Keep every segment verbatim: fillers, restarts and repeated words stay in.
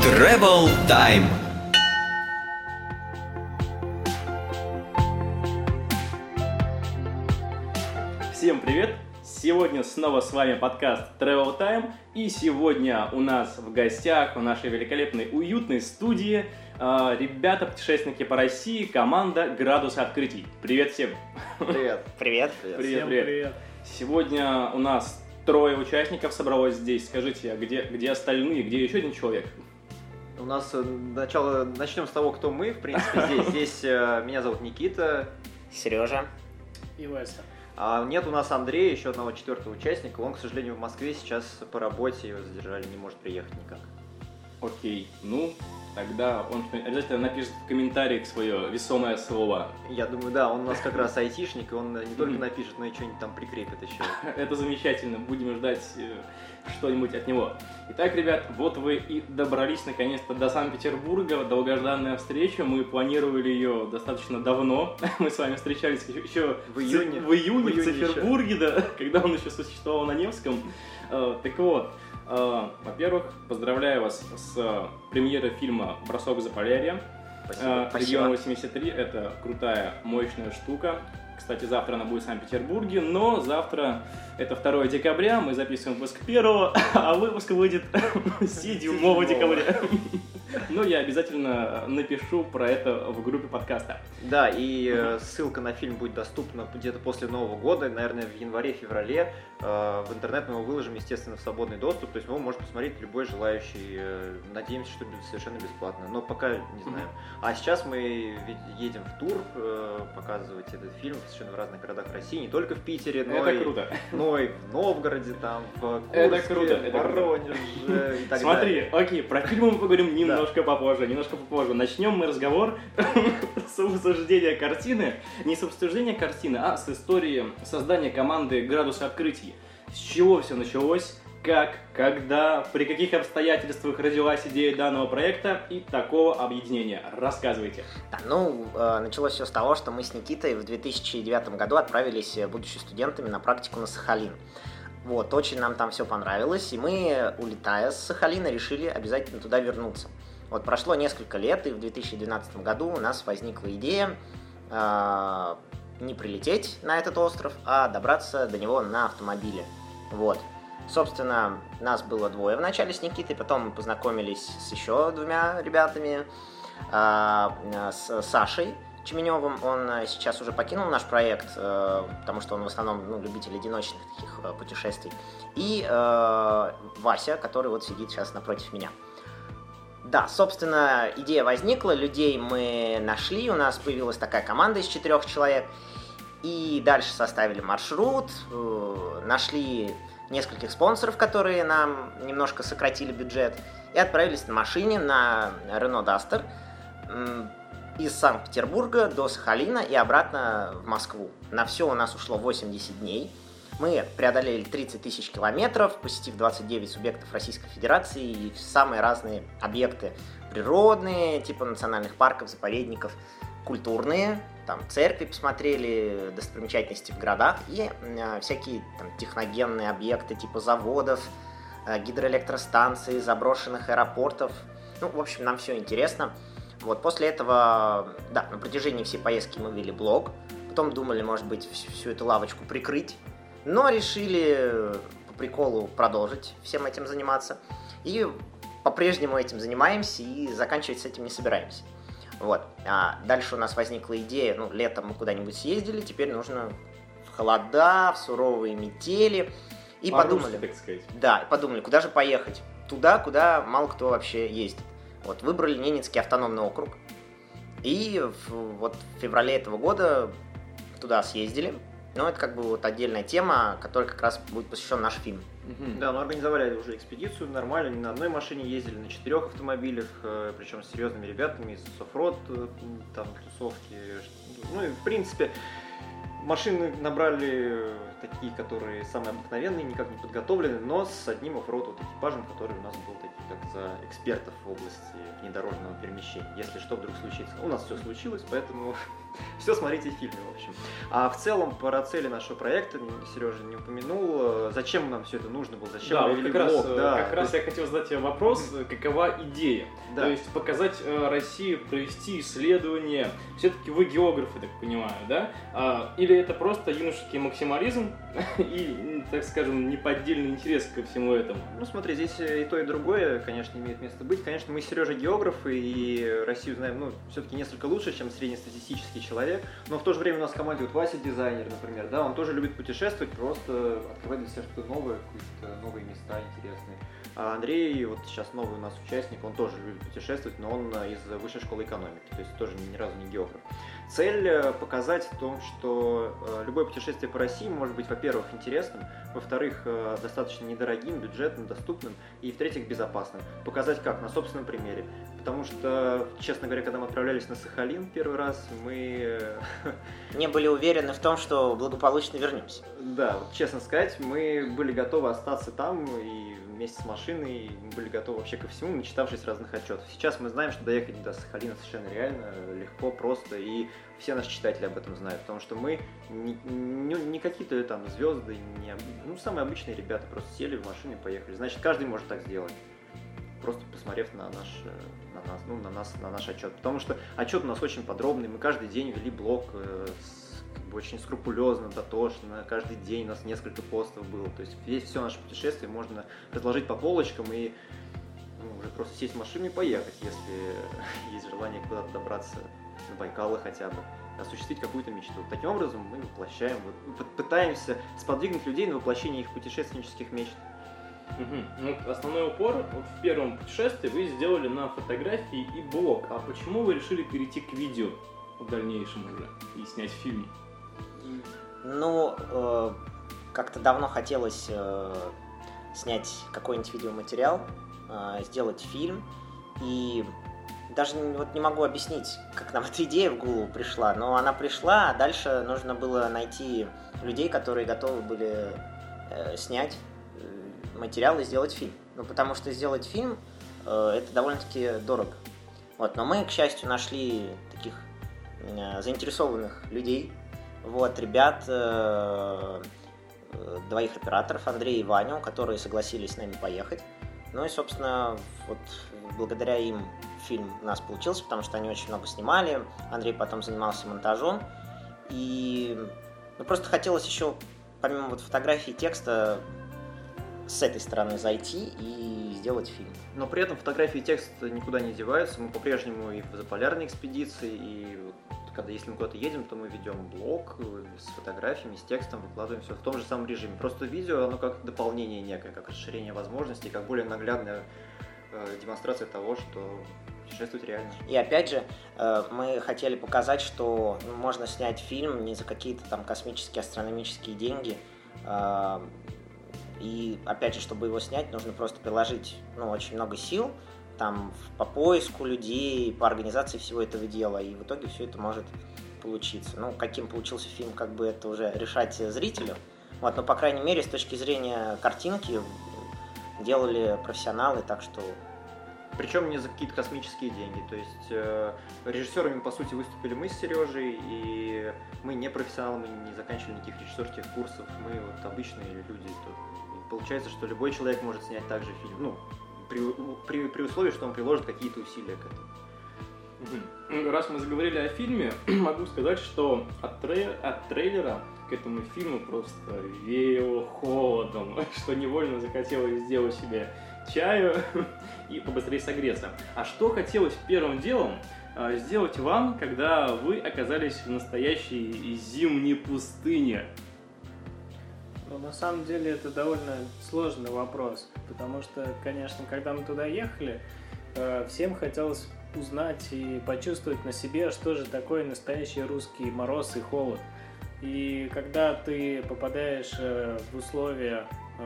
Travel Time. Всем привет! Сегодня снова с вами подкаст Travel Time. И сегодня у нас в гостях, в нашей великолепной, уютной студии э, ребята-путешественники по России, команда «Градус открытий». Привет всем! Привет! Привет! Привет, Всем привет! привет! Сегодня у нас трое участников собралось здесь. Скажите, а где, где остальные, где еще один человек? У нас э, начало, начнем с того, кто мы, в принципе, здесь. Здесь э, меня зовут Никита. Сережа. И Вася. А нет у нас Андрея, еще одного четвертого участника. Он, к сожалению, в Москве сейчас по работе, его задержали, не может приехать никак. Окей, ну, тогда он обязательно напишет в комментариях свое весомое слово. Я думаю, да, он у нас как раз айтишник, и он не только напишет, но и что-нибудь там прикрепит еще. Это замечательно, будем ждать э, что-нибудь от него. Итак, ребят, вот вы и добрались наконец-то до Санкт-Петербурга, долгожданная встреча. Мы планировали ее достаточно давно. Мы с вами встречались еще В июне. в июне в, В июне Цифербурге, да, когда он еще существовал на Невском. Э, так вот, э, во-первых, поздравляю вас с э, премьерой фильма «Бросок за Полярье». Спасибо. Э, Регион восемьдесят три — это крутая, мощная штука. Кстати, завтра она будет в Санкт-Петербурге, но завтра, это второе декабря, мы записываем выпуск первого, а выпуск выйдет седьмого декабря. Но я обязательно напишу про это в группе подкаста. Да, и э, ссылка на фильм будет доступна где-то после Нового года, наверное, в январе-феврале. Э, в интернет мы его выложим, естественно, в свободный доступ, то есть его может посмотреть любой желающий. Э, надеемся, что будет совершенно бесплатно, но пока не знаем. А сейчас мы едем в тур э, показывать этот фильм совершенно в разных городах России, не только в Питере, но, Это и, круто. но и в Новгороде, там, в Курске, Это круто, это в Воронеже и так Смотри, далее. окей, про фильмы мы поговорим Да. немножко попозже, немножко попозже. Начнем мы разговор с обсуждения картины. Не с обсуждения картины, а с истории создания команды «Градус открытий». С чего все началось, как, когда, при каких обстоятельствах родилась идея данного проекта и такого объединения. Рассказывайте. Да, ну, э, началось все с того, что мы с Никитой в две тысячи девятом году отправились, э, будучи студентами, на практику на Сахалин. Вот, очень нам там все понравилось, и мы, улетая с Сахалина, решили обязательно туда вернуться. Вот прошло несколько лет, и в две тысячи двенадцатом году у нас возникла идея э, не прилететь на этот остров, а добраться до него на автомобиле. Вот. Собственно, нас было двое вначале с Никитой, потом мы познакомились с еще двумя ребятами, э, с Сашей Чеменевым. Он сейчас уже покинул наш проект, э, потому что он в основном ну, любитель одиночных таких э, путешествий. И э, Вася, который вот сидит сейчас напротив меня. Да, собственно, идея возникла, людей мы нашли, у нас появилась такая команда из четырех человек. И дальше составили маршрут, э, нашли нескольких спонсоров, которые нам немножко сократили бюджет, и отправились на машине на Renault Duster э, из Санкт-Петербурга до Сахалина и обратно в Москву. На все у нас ушло восемьдесят дней. Мы преодолели тридцать тысяч километров, посетив двадцать девять субъектов Российской Федерации и самые разные объекты природные, типа национальных парков, заповедников, культурные, там церкви посмотрели, достопримечательности в городах и э, всякие там, техногенные объекты типа заводов, э, гидроэлектростанций, заброшенных аэропортов. Ну, в общем, нам все интересно. Вот, после этого, да, на протяжении всей поездки мы вели блог, потом думали, может быть, всю, всю эту лавочку прикрыть, но решили по приколу продолжить всем этим заниматься. И по-прежнему этим занимаемся и заканчивать с этим не собираемся. Вот. А дальше у нас возникла идея, ну, летом мы куда-нибудь съездили, теперь нужно в холода, в суровые метели. И По-русски, подумали, так сказать. да, и подумали, куда же поехать? Туда, куда мало кто вообще ездит. Вот, выбрали Ненецкий автономный округ. И в, вот в феврале этого года туда съездили. Но это как бы вот отдельная тема, которой как раз будет посвящен наш фильм. Мгм. Да, мы организовали уже экспедицию нормально, не на одной машине ездили, на четырех автомобилях, э, причем с серьезными ребятами из софрод, э, там, тусовки. Ну и в принципе машины набрали такие, которые самые обыкновенные, никак не подготовленные, но с одним оффроуд вот экипажем, который у нас был такие, как за экспертов в области внедорожного перемещения. Если что вдруг случится. У нас все случилось, поэтому все смотрите в фильме, в общем. А в целом, про цели нашего проекта, Сережа не упомянул, зачем нам все это нужно было, зачем да, мы вот вели как блог. Раз, да, как раз я хотел задать тебе вопрос, какова идея? Да. То есть показать э, России, провести исследование. Все-таки вы географы, так понимаю, да? А, или это просто юношеский максимализм и, так скажем, неподдельный интерес ко всему этому? Ну смотри, здесь и то, и другое, конечно, имеет место быть. Конечно, мы с Сережей географы и Россию знаем, ну, все-таки несколько лучше, чем среднестатистический человек. Но в то же время у нас в команде вот Вася дизайнер, например, да, он тоже любит путешествовать, просто открывать для себя что-то новое, какие-то новые места интересные. А Андрей, вот сейчас новый у нас участник, он тоже любит путешествовать, но он из высшей школы экономики, то есть тоже ни разу не географ. Цель показать в том, что любое путешествие по России может быть, во-первых, интересным, во-вторых, достаточно недорогим, бюджетным, доступным и, в-третьих, безопасным. Показать как? На собственном примере. Потому что, честно говоря, когда мы отправлялись на Сахалин первый раз, мы... Не были уверены в том, что благополучно вернемся. Да, вот, честно сказать, мы были готовы остаться там и вместе с машиной мы были готовы вообще ко всему, начитавшись разных отчетов. Сейчас мы знаем, что доехать до Сахалина совершенно реально, легко, просто, и все наши читатели об этом знают, потому что мы не, не, не какие-то там звезды, не, ну, самые обычные ребята, просто сели в машину и поехали. Значит, каждый может так сделать, просто посмотрев на наш, на нас, ну, на нас, на наш отчет. Потому что отчет у нас очень подробный, мы каждый день вели блог э, с, как бы, очень скрупулезно, дотошно, каждый день у нас несколько постов было. То есть весь, все наше путешествие можно разложить по полочкам и ну, уже просто сесть в машину и поехать, если есть желание куда-то добраться, на Байкалы хотя бы, осуществить какую-то мечту. Таким образом мы воплощаем, вот, пытаемся сподвигнуть людей на воплощение их путешественнических мечт. Угу. Ну, основной упор вот в первом путешествии вы сделали на фотографии и блог. А почему вы решили перейти к видео в дальнейшем уже и снять фильм? Ну, э, как-то давно хотелось э, снять какой-нибудь видеоматериал, э, сделать фильм. И даже вот не могу объяснить, как нам эта идея в голову пришла. Но она пришла, а дальше нужно было найти людей, которые готовы были э, снять материал и сделать фильм. Ну, потому что сделать фильм э, это довольно-таки дорого. Вот, но мы, к счастью, нашли таких э, заинтересованных людей. Вот, ребят, э, э, двоих операторов, Андрея и Ваню, которые согласились с нами поехать. Ну и, собственно, вот благодаря им фильм у нас получился, потому что они очень много снимали. Андрей потом занимался монтажом. И ну, просто хотелось еще, помимо вот фотографий и текста, с этой стороны зайти и сделать фильм. Но при этом фотографии и текст никуда не деваются. Мы по-прежнему и в заполярной экспедиции, и вот, когда если мы куда-то едем, то мы ведем блог с фотографиями, с текстом, выкладываем все в том же самом режиме. Просто видео, оно как дополнение некое, как расширение возможностей, как более наглядная э, демонстрация того, что путешествовать реально. И опять же, э, мы хотели показать, что можно снять фильм не за какие-то там космические, астрономические деньги. Э, И, опять же, чтобы его снять, нужно просто приложить ну, очень много сил там, по поиску людей, по организации всего этого дела, и в итоге все это может получиться. Ну, каким получился фильм, как бы это уже решать зрителю. Вот, но, по крайней мере, с точки зрения картинки делали профессионалы, так что... Причем не за какие-то космические деньги. То есть э, режиссерами, по сути, выступили мы с Сережей, и мы не профессионалы, мы не заканчивали никаких режиссерских курсов, мы вот обычные люди. И получается, что любой человек может снять также фильм, ну, при, при, при условии, что он приложит какие-то усилия к этому. Угу. Раз мы заговорили о фильме, могу сказать, что от, трей... от трейлера к этому фильму просто веяло холодом, что невольно захотелось сделать себе чаю и побыстрее согреться. А что хотелось первым делом сделать вам, когда вы оказались в настоящей зимней пустыне? Ну, на самом деле это довольно сложный вопрос, потому что, конечно, когда мы туда ехали, всем хотелось узнать и почувствовать на себе, что же такое настоящий русский мороз и холод. И когда ты попадаешь в условия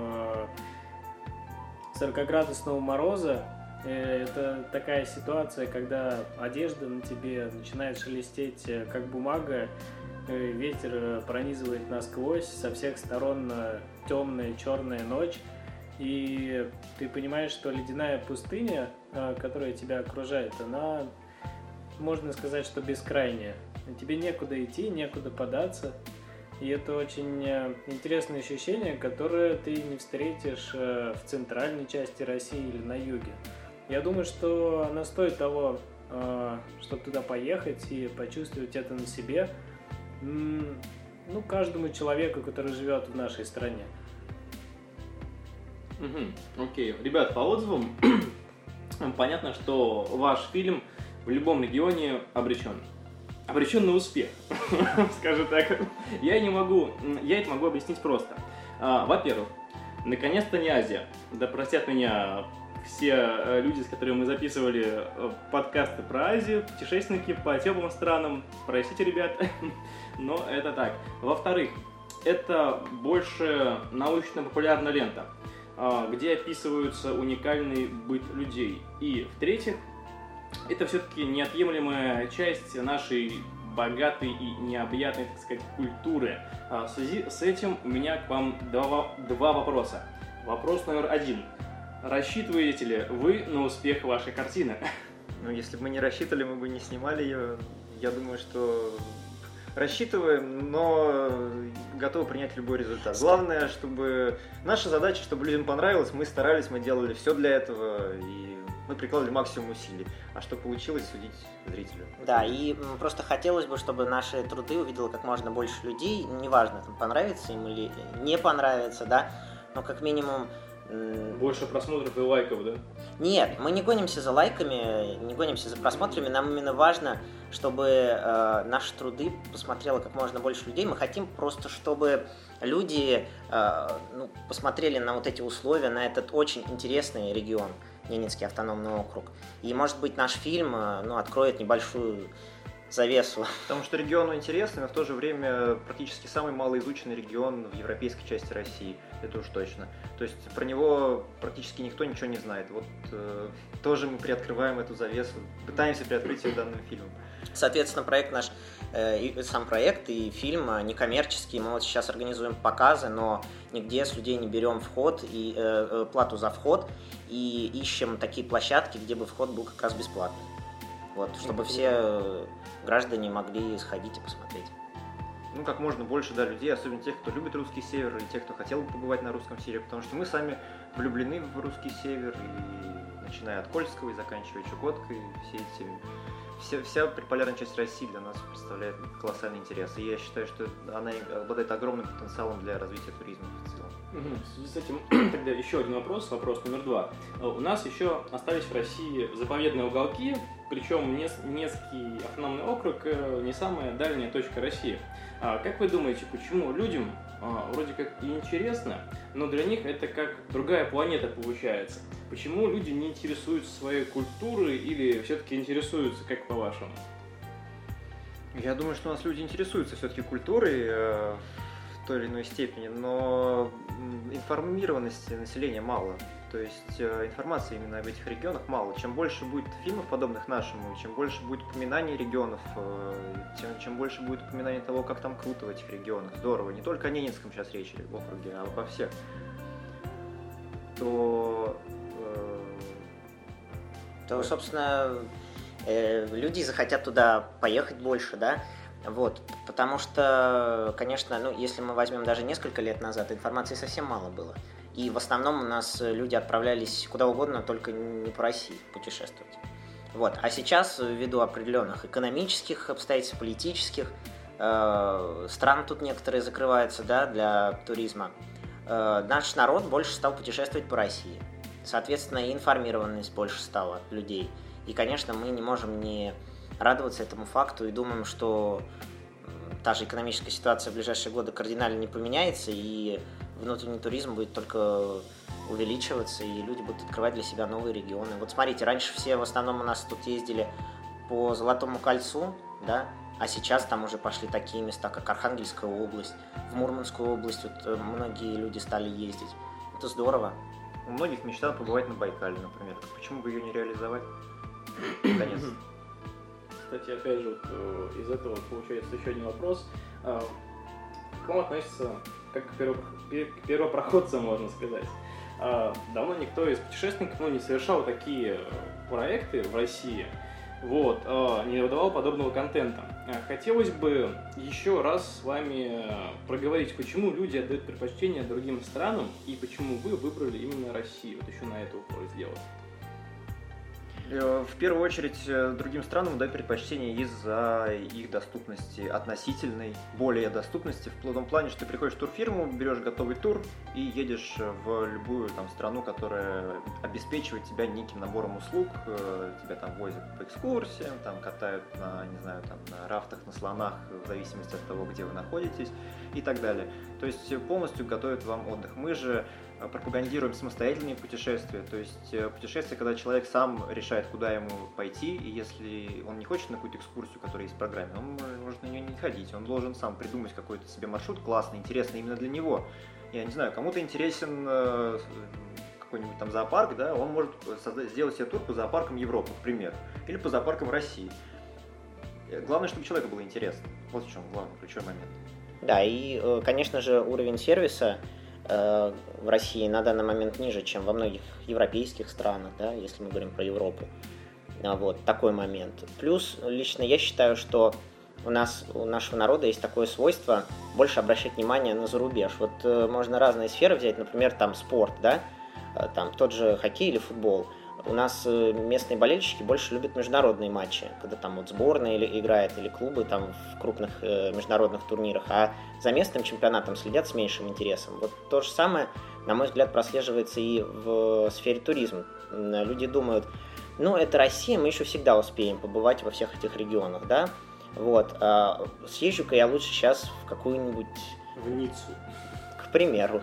сорокаградусного мороза, это такая ситуация, когда одежда на тебе начинает шелестеть как бумага, ветер пронизывает насквозь, со всех сторон темная черная ночь, и ты понимаешь, что ледяная пустыня, которая тебя окружает, она, можно сказать, что бескрайняя. Тебе некуда идти, некуда податься, и это очень интересное ощущение, которое ты не встретишь в центральной части России или на юге. Я думаю, что оно стоит того, чтобы туда поехать и почувствовать это на себе, ну, каждому человеку, который живет в нашей стране. Угу. Окей. Ребят, по отзывам понятно, что ваш фильм в любом регионе обречен. Обречен на успех, скажу так. Я не могу, я это могу объяснить просто. Во-первых, наконец-то не Азия. Да простят меня все люди, с которыми мы записывали подкасты про Азию, путешественники по теплым странам. Простите, ребят, но это так. Во-вторых, это больше научно-популярная лента, где описываются уникальный быт людей. И в-третьих, это все-таки неотъемлемая часть нашей богатой и необъятной, так сказать, культуры. В связи с этим у меня к вам два, два вопроса. Вопрос номер один. Рассчитываете ли вы на успех вашей картины? Ну, если бы мы не рассчитывали, мы бы не снимали ее. Я думаю, что рассчитываем, но готовы принять любой результат. Главное, чтобы... Наша задача, чтобы людям понравилось, мы старались, мы делали все для этого, и мы прикладывали максимум усилий. А что получилось, судить зрителю. Да, и просто хотелось бы, чтобы наши труды увидело как можно больше людей. Неважно, там, понравится им или не понравится, да, но как минимум... Больше просмотров и лайков, да? Нет, мы не гонимся за лайками, не гонимся за просмотрами. Нам именно важно, чтобы э, наши труды посмотрело как можно больше людей. Мы хотим просто, чтобы люди э, ну, посмотрели на вот эти условия, на этот очень интересный регион, Ненецкий автономный округ. И, может быть, наш фильм э, ну, откроет небольшую завесу. Потому что регион интересный, но в то же время практически самый малоизученный регион в европейской части России. Это уж точно. То есть про него практически никто ничего не знает. Вот э, тоже мы приоткрываем эту завесу, пытаемся приоткрыть ее данным фильмом. Соответственно, проект наш, э, и сам проект и фильм некоммерческий. Мы вот сейчас организуем показы, но нигде с людей не берем вход и э, плату за вход, и ищем такие площадки, где бы вход был как раз бесплатный. Вот, чтобы все граждане могли сходить и посмотреть. Ну, как можно больше, да, людей, особенно тех, кто любит русский север, и тех, кто хотел бы побывать на русском севере, потому что мы сами влюблены в русский север, и начиная от Кольского и заканчивая Чукоткой, все эти, вся, вся предполярная часть России для нас представляет колоссальный интерес, и я считаю, что она обладает огромным потенциалом для развития туризма в целом. В связи с этим тогда еще один вопрос, вопрос номер два. У нас еще остались в России заповедные уголки, причем Ненецкий автономный округ не самая дальняя точка России. Как вы думаете, почему людям вроде как и интересно, но для них это как другая планета получается? Почему люди не интересуются своей культурой или все-таки интересуются, как по-вашему? Я думаю, что у нас люди интересуются все-таки культурой э, в той или иной степени, но информированности населения мало. То есть э, информации именно об этих регионах мало. Чем больше будет фильмов, подобных нашему, чем больше будет упоминаний регионов, э, тем, чем больше будет упоминаний того, как там круто в этих регионах, здорово. Не только о Ненецком сейчас речь в округе, а обо всех. То... Э, то, собственно, э, люди захотят туда поехать больше, да? Вот, потому что, конечно, ну, если мы возьмем даже несколько лет назад, информации совсем мало было. И в основном у нас люди отправлялись куда угодно, только не по России путешествовать. Вот. А сейчас, ввиду определенных экономических обстоятельств, политических, э, стран тут некоторые закрываются, да, для туризма, э, наш народ больше стал путешествовать по России. Соответственно, и информированность больше стала людей. И, конечно, мы не можем не радоваться этому факту и думаем, что та же экономическая ситуация в ближайшие годы кардинально не поменяется, и внутренний туризм будет только увеличиваться, и люди будут открывать для себя новые регионы. Вот смотрите, раньше все в основном у нас тут ездили по Золотому кольцу, да, а сейчас там уже пошли такие места, как Архангельская область, в Мурманскую область вот многие люди стали ездить. Это здорово. У многих мечта побывать на Байкале, например. Почему бы ее не реализовать? Наконец. Кстати, опять же, вот, из этого получается еще один вопрос. К кому относится как к, перво... к первопроходцам, можно сказать. Давно никто из путешественников ну, не совершал такие проекты в России, вот, не выдавал подобного контента. Хотелось бы еще раз с вами проговорить, почему люди отдают предпочтение другим странам и почему вы выбрали именно Россию. Вот еще на это упор сделать. В первую очередь другим странам дать предпочтение из-за их доступности, относительной, более доступности, в том плане, что ты приходишь в турфирму, берешь готовый тур и едешь в любую там страну, которая обеспечивает тебя неким набором услуг, тебя там возят по экскурсиям, там катают на, не знаю, там на рафтах, на слонах, в зависимости от того, где вы находитесь и так далее. То есть полностью готовят вам отдых. Мы же пропагандируем самостоятельные путешествия, то есть путешествия, когда человек сам решает, куда ему пойти, и если он не хочет на какую-то экскурсию, которая есть в программе, он может на нее не ходить, он должен сам придумать какой-то себе маршрут классный, интересный именно для него. Я не знаю, кому-то интересен какой-нибудь там зоопарк, да, он может создать, сделать себе тур по зоопаркам Европы, к примеру, или по зоопаркам России. Главное, чтобы человеку было интересно. Вот в чем главный ключевой момент. Да, и, конечно же, уровень сервиса в России на данный момент ниже, чем во многих европейских странах, да, если мы говорим про Европу. Вот, такой момент. Плюс, лично я считаю, что у нас, у нашего народа есть такое свойство больше обращать внимание на зарубеж. Вот можно разные сферы взять, например, там спорт, да, там тот же хоккей или футбол. У нас местные болельщики больше любят международные матчи, когда там вот сборная или играет, или клубы там в крупных э, международных турнирах, а за местным чемпионатом следят с меньшим интересом. Вот то же самое, на мой взгляд, прослеживается и в сфере туризма. Люди думают, ну это Россия, мы еще всегда успеем побывать во всех этих регионах, да? Вот, а съезжу-ка я лучше сейчас в какую-нибудь... В Ниццу. К примеру.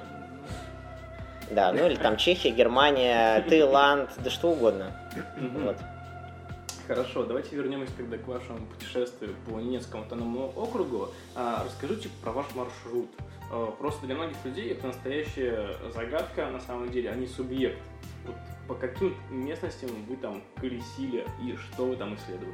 Да, ну или там Чехия, Германия, Таиланд, да что угодно. Вот. Хорошо, давайте вернемся тогда к вашему путешествию по Ненецкому автономному округу. А, расскажите про ваш маршрут. А, просто для многих людей это настоящая загадка, на самом деле, а не субъект. Вот по каким местностям вы там колесили и что вы там исследовали?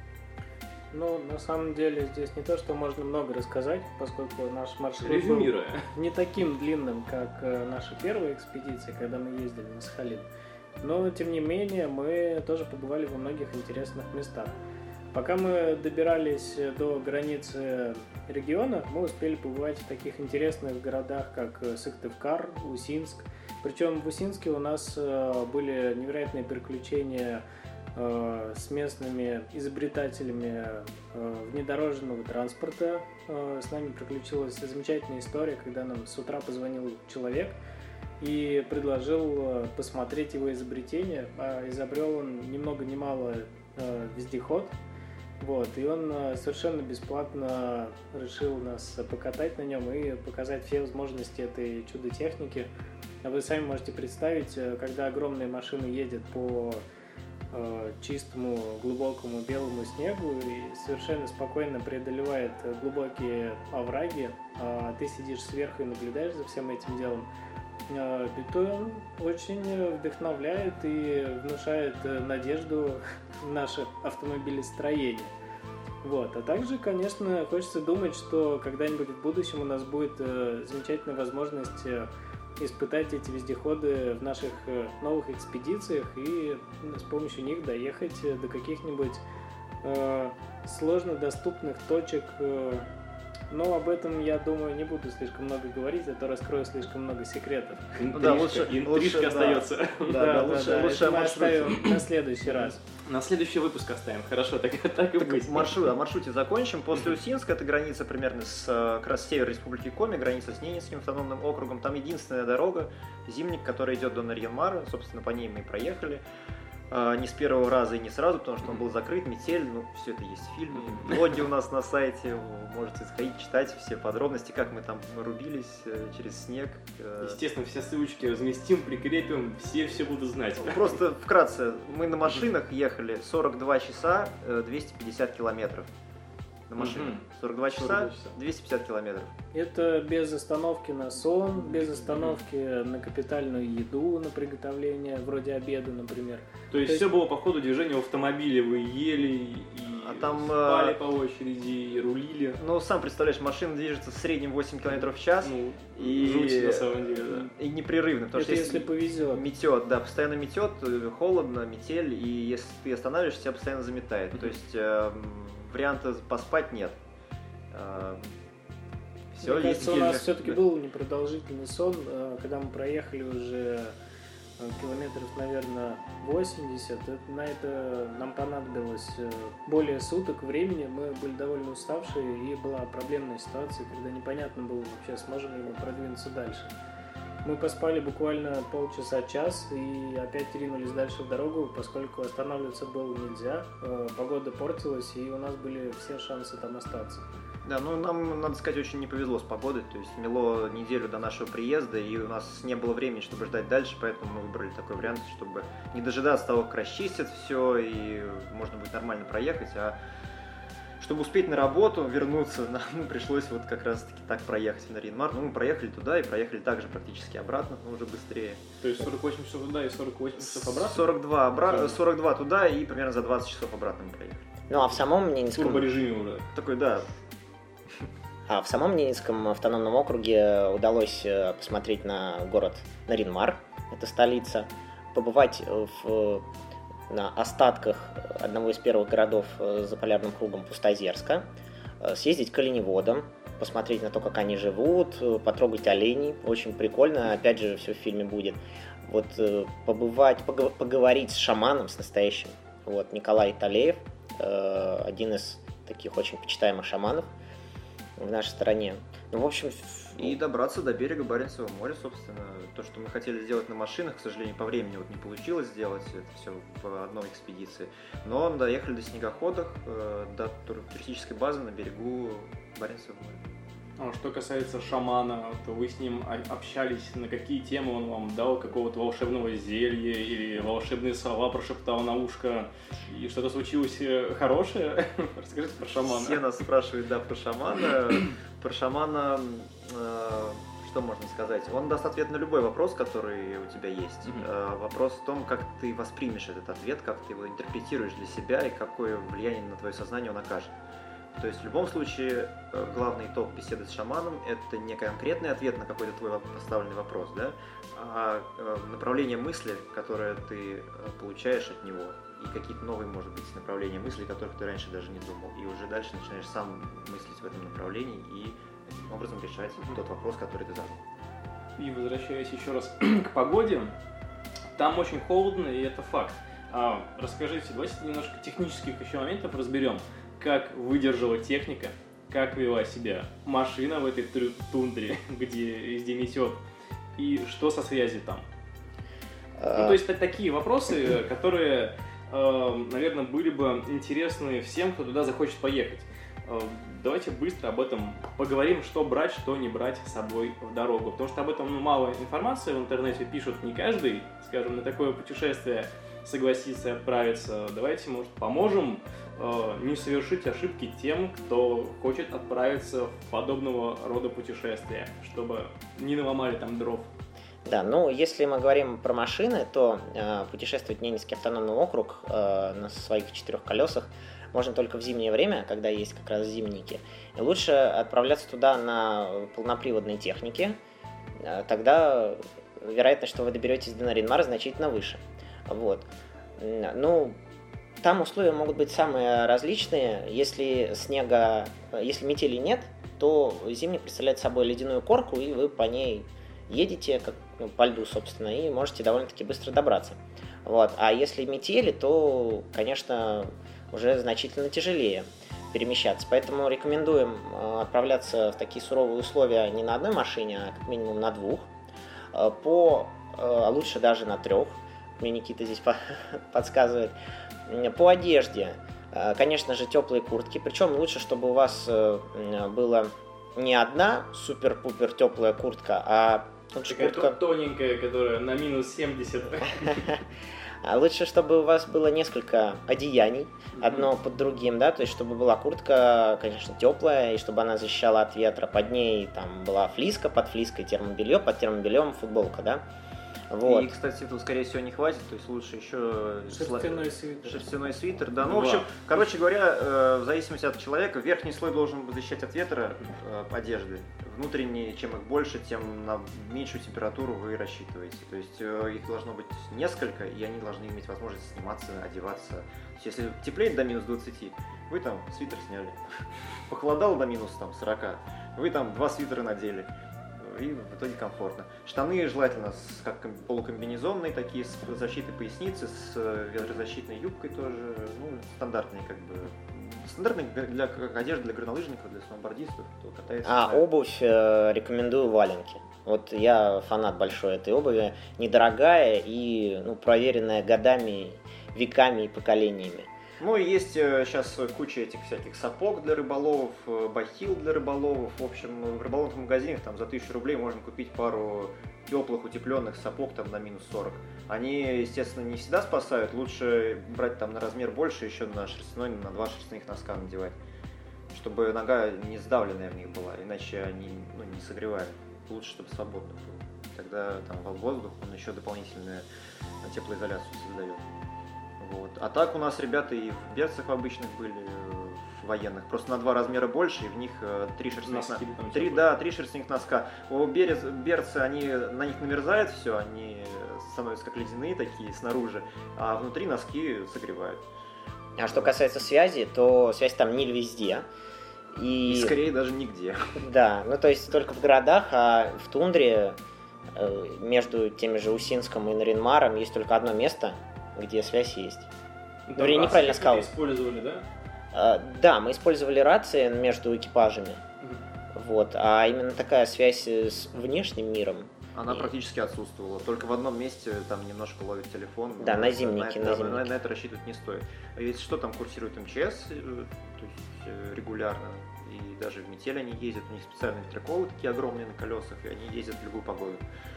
Ну, на самом деле, здесь не то, что можно много рассказать, поскольку наш маршрут был не таким длинным, как наша первая экспедиция, когда мы ездили на Сахалин. Но, тем не менее, мы тоже побывали во многих интересных местах. Пока мы добирались до границы региона, мы успели побывать в таких интересных городах, как Сыктывкар, Усинск. Причем в Усинске у нас были невероятные приключения с местными изобретателями внедорожного транспорта. С нами приключилась замечательная история, когда нам с утра позвонил человек и предложил посмотреть его изобретение. А изобрел он ни много ни мало вездеход. Вот, и он совершенно бесплатно решил нас покатать на нем и показать все возможности этой чудо-техники. Вы сами можете представить, когда огромная машина едет по чистому, глубокому белому снегу и совершенно спокойно преодолевает глубокие овраги, а ты сидишь сверху и наблюдаешь за всем этим делом. Это очень вдохновляет и внушает надежду в наше автомобилестроение. Вот. А также, конечно, хочется думать, что когда-нибудь в будущем у нас будет замечательная возможность испытать эти вездеходы в наших новых экспедициях и с помощью них доехать до каких-нибудь э, сложно доступных точек. Э, но об этом, я думаю, не буду слишком много говорить, а то раскрою слишком много секретов. Интрижка, да, лучше, интрижка лучше, остается. Да, да, да, да, лучше, да, лучше мы оставим на следующий раз. На следующий выпуск оставим. Хорошо, так, так и быть. Маршрут, о маршруте закончим. После Усинска, это граница примерно с как раз север Республики Коми, граница с Ненецким автономным округом. Там единственная дорога, Зимник, которая идет до Нарьян-Мара. Собственно, по ней мы и проехали. Не с первого раза и не сразу, потому что он был закрыт, метель, ну, все это есть в фильме. Блоги у нас на сайте, вы можете сходить, читать все подробности, как мы там рубились через снег. Естественно, все ссылочки разместим, прикрепим, все все будут знать. Просто вкратце, мы на машинах ехали сорок два часа, двести пятьдесят километров. На машине. сорок два часа, двести пятьдесят километров. Это без остановки на сон, без остановки на капитальную еду, на приготовление, вроде обеда, например. То есть, То есть... все было по ходу движения в автомобиле, вы ели и А там... Спали э, по очереди и рулили. Ну, сам представляешь, машина движется в среднем восемь километров в час. Ну, и... жуть на самом деле, да. И непрерывно, потому Это что если повезет. метет, да, постоянно метет, холодно, метель, и если ты останавливаешься, тебя постоянно заметает. Mm-hmm. То есть э, варианта поспать нет. Э, все, Мне есть кажется, у нас фильмы. все-таки Да. был непродолжительный сон, э, когда мы проехали уже э, километров, наверное, восемьдесят. Это- на это нам понадобилось э, более суток времени. Мы были довольно уставшие, и была проблемная ситуация, когда непонятно было вообще, сможем ли мы продвинуться дальше. Мы поспали буквально полчаса-час и опять ринулись дальше в дорогу, поскольку останавливаться было нельзя. Э, Погода портилась, и у нас были все шансы там остаться. Да, ну нам, надо сказать, очень не повезло с погодой, то есть мело неделю до нашего приезда, и у нас не было времени, чтобы ждать дальше, поэтому мы выбрали такой вариант, чтобы не дожидаться того, как расчистят все, и можно будет нормально проехать, а чтобы успеть на работу, вернуться, нам пришлось вот как раз-таки так проехать в Нарьян-Мар. Ну, мы проехали туда и проехали также практически обратно, но уже быстрее. То есть сорок восемь часов туда и сорок восемь часов обратно? сорок два, обра... сорок два туда и примерно за двадцать часов обратно мы проехали. Ну а в самом В Ненецком... турборежиме уже. Такой, да, А в самом Ненецком автономном округе удалось э, посмотреть на город Нарьян-Мар, это столица, побывать в, на остатках одного из первых городов э, за полярным кругом Пустозерска, э, съездить к оленеводам, посмотреть на то, как они живут, э, потрогать оленей, очень прикольно, опять же, все в фильме будет. Вот э, побывать, пого- поговорить с шаманом, с настоящим, вот, Николай Талеев, э, один из таких очень почитаемых шаманов в нашей стране. Ну, в общем... и добраться до берега Баренцева моря, собственно. То, что мы хотели сделать на машинах, к сожалению, по времени вот не получилось сделать это все в одной экспедиции. Но доехали до снегоходов, э, до тур- туристической базы на берегу Баренцева моря. А что касается шамана, то вы с ним о- общались, на какие темы он вам дал, какого-то волшебного зелья или волшебные слова прошептал на ушко, и что-то случилось э, хорошее? Расскажите про шамана. Все нас спрашивают, да, про шамана. Про шамана, э, что можно сказать? Он даст ответ на любой вопрос, который у тебя есть. Мгм. Э, вопрос в том, как ты воспримешь этот ответ, как ты его интерпретируешь для себя и какое влияние на твое сознание он окажет. То есть в любом случае э, главный итог беседы с шаманом – это не конкретный ответ на какой-то твой воп- поставленный вопрос, да, а э, направление мысли, которое ты э, получаешь от него, и какие-то новые, может быть, направления мысли, о которых ты раньше даже не думал. И уже дальше начинаешь сам мыслить в этом направлении и таким образом решать тот вопрос, который ты задал. И возвращаясь еще раз к погоде, там очень холодно, и это факт. А, расскажите, давайте немножко технических еще моментов разберем. Как выдержала техника, как вела себя машина в этой тру- тундре, где везде метет, и что со связью там. Ну, то есть это такие вопросы, которые, э, наверное, были бы интересны всем, кто туда захочет поехать. Э, Давайте быстро об этом поговорим, что брать, что не брать с собой в дорогу. Потому что об этом ну, мало информации в интернете пишут, не каждый, скажем, на такое путешествие согласится отправиться. Давайте, может, поможем э, не совершить ошибки тем, кто хочет отправиться в подобного рода путешествия, чтобы не наломали там дров. Да, ну если мы говорим про машины, то э, путешествовать в Ненецкий автономный округ э, на своих четырех колесах можно только в зимнее время, когда есть как раз зимники. И лучше отправляться туда на полноприводной технике, э, тогда вероятность, что вы доберетесь до Нарьян-Мара, значительно выше. Вот. Ну, там условия могут быть самые различные. Если снега, если метели нет, то зимник представляет собой ледяную корку, и вы по ней едете, как ну, по льду, собственно, и можете довольно-таки быстро добраться. Вот. А если метели, то, конечно, уже значительно тяжелее перемещаться. Поэтому рекомендуем отправляться в такие суровые условия не на одной машине, а как минимум на двух. По, а лучше даже на трех. Мне Никита здесь подсказывает. По одежде, конечно же, теплые куртки. Причем лучше, чтобы у вас была не одна супер-пупер теплая куртка, а лучше Такая куртка... тоненькая, которая на минус семьдесят. А лучше, чтобы у вас было несколько одеяний, одно под другим, да, то есть чтобы была куртка, конечно, теплая, и чтобы она защищала от ветра. Под ней там была флиска, под флиской термобелье, под термобельем футболка, да. Вот. И, кстати, тут, скорее всего, не хватит, то есть лучше еще Шерстяной свитер. Шерстяной свитер, да. Ну, Два. в общем, короче говоря, э, в зависимости от человека, верхний слой должен защищать от ветра э, одежды. Внутренний, чем их больше, тем на меньшую температуру вы рассчитываете. То есть э, их должно быть несколько, и они должны иметь возможность сниматься, одеваться. То есть, если теплеет до минус двадцати, вы там свитер сняли. Похолодало до минус там, сорока, вы там два свитера надели. И в итоге комфортно. Штаны желательно с, как полукомбинезонные, такие с защитой поясницы, с ветрозащитной юбкой тоже. Ну, стандартные как бы. Стандартные для, как одежда для горнолыжников, для сноубордистов, кто катается. А знает. обувь э, рекомендую валенки. Вот я фанат большой этой обуви. Недорогая и ну, проверенная годами, веками и поколениями. Ну и есть сейчас куча этих всяких сапог для рыболовов, бахил для рыболовов. В общем, в рыболовных магазинах там за тысячу рублей можно купить пару теплых утепленных сапог там на минус сорок. Они, естественно, не всегда спасают. Лучше брать там на размер больше, еще на шерстяной, на два шерстяных носка надевать. Чтобы нога не сдавленная в них была, иначе они ну, не согревают. Лучше, чтобы свободно было. Тогда там воздух, он еще дополнительную теплоизоляцию создает. Вот. А так у нас ребята и в берцах обычных были, в военных, просто на два размера больше, и в них э, три шерстяных носка. Три, да, три шерстяных носка. У берец, берцы, они, на них намерзает все, они становятся как ледяные такие снаружи, а внутри носки согревают. А что касается связи, то связь там не везде. И, и скорее даже нигде. Да, ну то есть только в городах, а в тундре э, между теми же Усинском и Наринмаром есть только одно место, где связь есть. Ну, Вернее, неправильно сказал. Использовали, да? А, да, мы использовали рации между экипажами. Угу. Вот, а именно такая связь с внешним миром. Она и... практически отсутствовала. Только в одном месте там немножко ловит телефон. Да, на зимнике. На, на, на, зимнике. на, на это рассчитывать не стоит. А если что, там курсирует эм че эс, то есть регулярно. И даже в метель они ездят. У них специальные ветроколы такие огромные на колесах, и они ездят в любую погоду.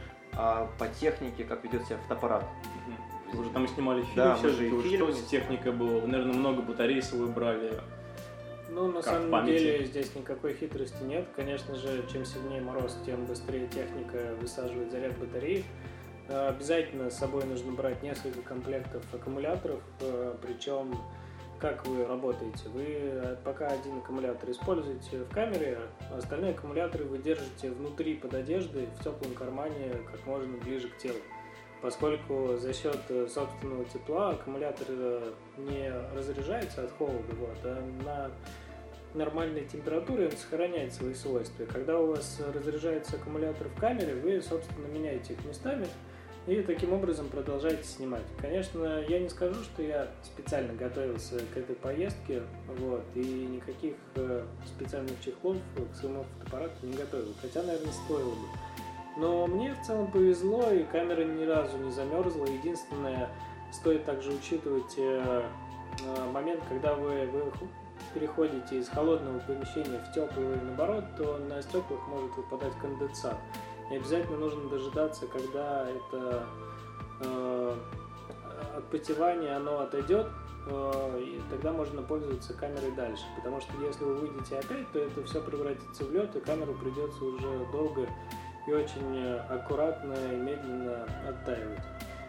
А по технике, как ведет себя фотоаппарат. Вы уже там снимали фильм, да, все же же, и фильм. Что с техникой было? Вы, наверное, много батарей с собой брали. Ну, на Как в самом памяти? деле здесь никакой хитрости нет. Конечно же, чем сильнее мороз, тем быстрее техника высаживает заряд батареи. Обязательно с собой нужно брать несколько комплектов аккумуляторов, причем как вы работаете? Вы пока один аккумулятор используете в камере, а остальные аккумуляторы вы держите внутри под одеждой, в теплом кармане, как можно ближе к телу. Поскольку за счет собственного тепла аккумулятор не разряжается от холода, вот, а на нормальной температуре он сохраняет свои свойства. Когда у вас разряжается аккумулятор в камере, вы, собственно, меняете их местами и таким образом продолжаете снимать. Конечно, я не скажу, что я специально готовился к этой поездке, вот, и никаких специальных чехлов к своему фотоаппарату не готовил, хотя, наверное, стоило бы. Но мне в целом повезло, и камера ни разу не замерзла. Единственное, стоит также учитывать э, момент, когда вы, вы переходите из холодного помещения в теплое и наоборот, то на стеклах может выпадать конденсат. И обязательно нужно дожидаться, когда это э, отпотевание оно отойдет, э, и тогда можно пользоваться камерой дальше. Потому что если вы выйдете опять, то это все превратится в лед, и камеру придется уже долго и очень аккуратно и медленно оттаивать.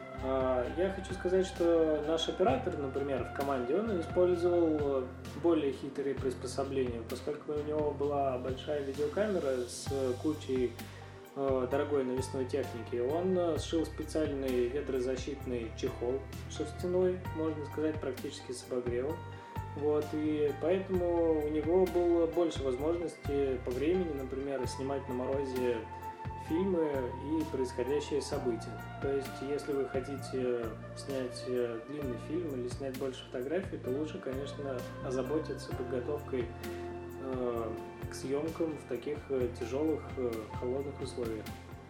Я хочу сказать, что наш оператор, например, в команде, он использовал более хитрые приспособления, поскольку у него была большая видеокамера с кучей дорогой навесной техники. Он сшил специальный ветрозащитный чехол шерстяной, можно сказать, практически с обогревом. Вот, и поэтому у него было больше возможностей по времени, например, снимать на морозе фильмы и происходящие события. То есть, если вы хотите снять длинный фильм или снять больше фотографий, то лучше, конечно, озаботиться подготовкой э, к съемкам в таких тяжелых, э, холодных условиях.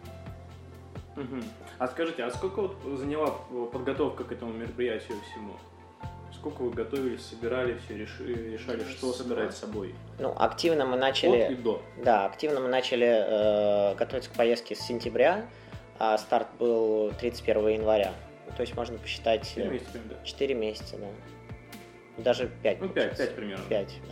Угу. А скажите, а сколько вот заняла подготовка к этому мероприятию всему? Сколько вы готовились, собирали все, решили, решали, что собирать с собой? Ну, активно мы начали... От и до. Да, активно мы начали э, готовиться к поездке с сентября, а старт был тридцать первого января. То есть можно посчитать... четыре месяца, да? четыре месяца, да. Даже пять. Ну, пять, пять примерно. пять, да.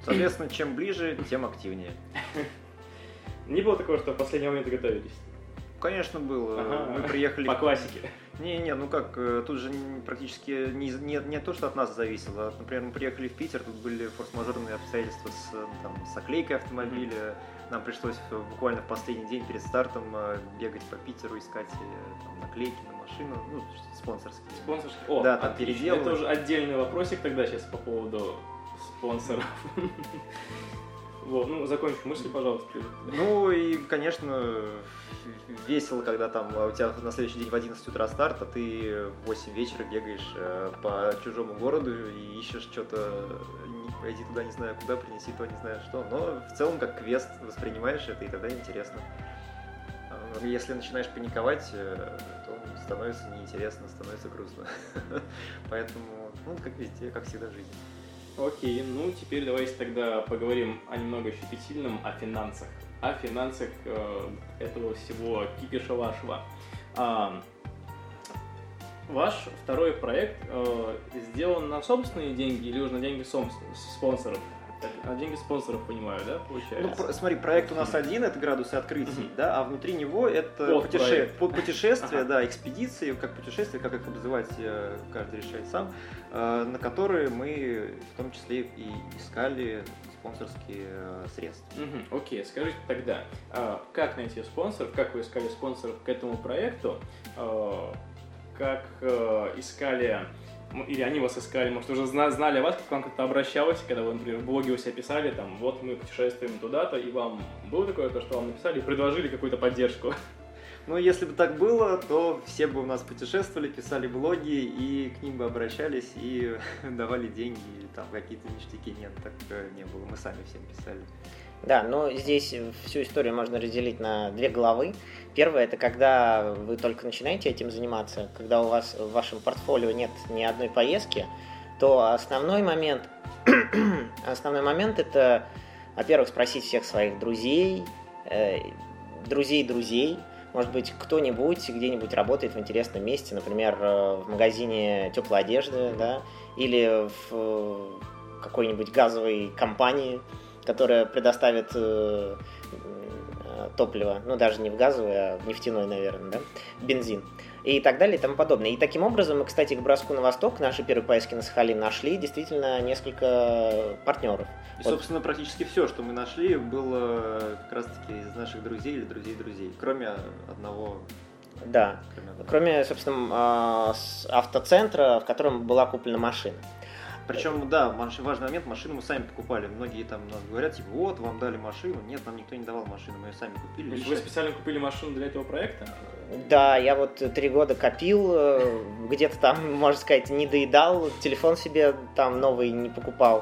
Соответственно, чем ближе, тем активнее. Не было такого, что в последний момент готовились? Конечно, было. Ага. Мы приехали... По классике. Не-не, ну как, тут же практически не, не, не то, что от нас зависело. Например, мы приехали в Питер, тут были форс-мажорные обстоятельства с, там, с оклейкой автомобиля. Mm-hmm. Нам пришлось буквально в последний день перед стартом бегать по Питеру, искать там, наклейки на машину, ну, спонсорские. Спонсорские? О, да, там отлично. переделывали. Это уже отдельный вопросик тогда сейчас по поводу спонсоров. Вот, ну, закончи мысль, пожалуйста. Ну и, конечно, весело, когда там у тебя на следующий день в одиннадцать утра старт, а ты в восемь вечера бегаешь э, по чужому городу и ищешь что-то, пойди туда не знаю куда, принеси то не знаю что. Но в целом как квест воспринимаешь это, и тогда интересно. Если начинаешь паниковать, то становится неинтересно, становится грустно. Поэтому, ну, как везде, как всегда в жизни. Окей, ну теперь давайте тогда поговорим о немного щепетильном, о финансах. О финансах э, этого всего кипиша вашего. А, ваш второй проект э, сделан на собственные деньги или уже на деньги сом- спонсоров? На деньги спонсоров, понимаю, да, получается? Ну, про- смотри, проект у нас один, это градусы открытий, mm-hmm. да, а внутри него это путеше... путешествия, ага. да, экспедиции, как путешествия, как их обзывать, каждый решает сам, на которые мы в том числе и искали спонсорские средства. Угу, окей, скажите тогда, как найти спонсоров, как вы искали спонсоров к этому проекту, как искали... Или они вас искали, может, уже знали о вас, как к вам как-то обращалось, когда вы, например, в блоге у себя писали, там, вот мы путешествуем туда-то, и вам было такое, то, что вам написали и предложили какую-то поддержку? Ну, если бы так было, то все бы у нас путешествовали, писали блоги, и к ним бы обращались, и давали деньги, или там какие-то ништяки. Нет, так не было, мы сами всем писали. Да, но здесь всю историю можно разделить на две главы. Первое, это когда вы только начинаете этим заниматься, когда у вас в вашем портфолио нет ни одной поездки, то основной момент, основной момент это, во-первых, спросить всех своих друзей, э, друзей друзей, может быть, кто-нибудь где-нибудь работает в интересном месте, например, в магазине теплой одежды, да, или в какой-нибудь газовой компании, которая предоставит э, топливо, ну даже не в газовый, а в нефтяной, наверное, да, бензин, и так далее и тому подобное. И таким образом мы, кстати, к броску на восток, нашей первой поездки на Сахалин, нашли действительно несколько партнеров. И, вот. Собственно, практически все, что мы нашли, было как раз-таки из наших друзей или друзей-друзей, кроме одного. Да, кроме, кроме собственно, автоцентра, в котором была куплена машина. Причем, да, важный момент, машину мы сами покупали. Многие там говорят, типа, вот, вам дали машину. Нет, нам никто не давал машину, мы ее сами купили. То есть вы специально купили машину для этого проекта? Да, я вот три года копил, где-то там, можно сказать, не доедал, телефон себе там новый не покупал.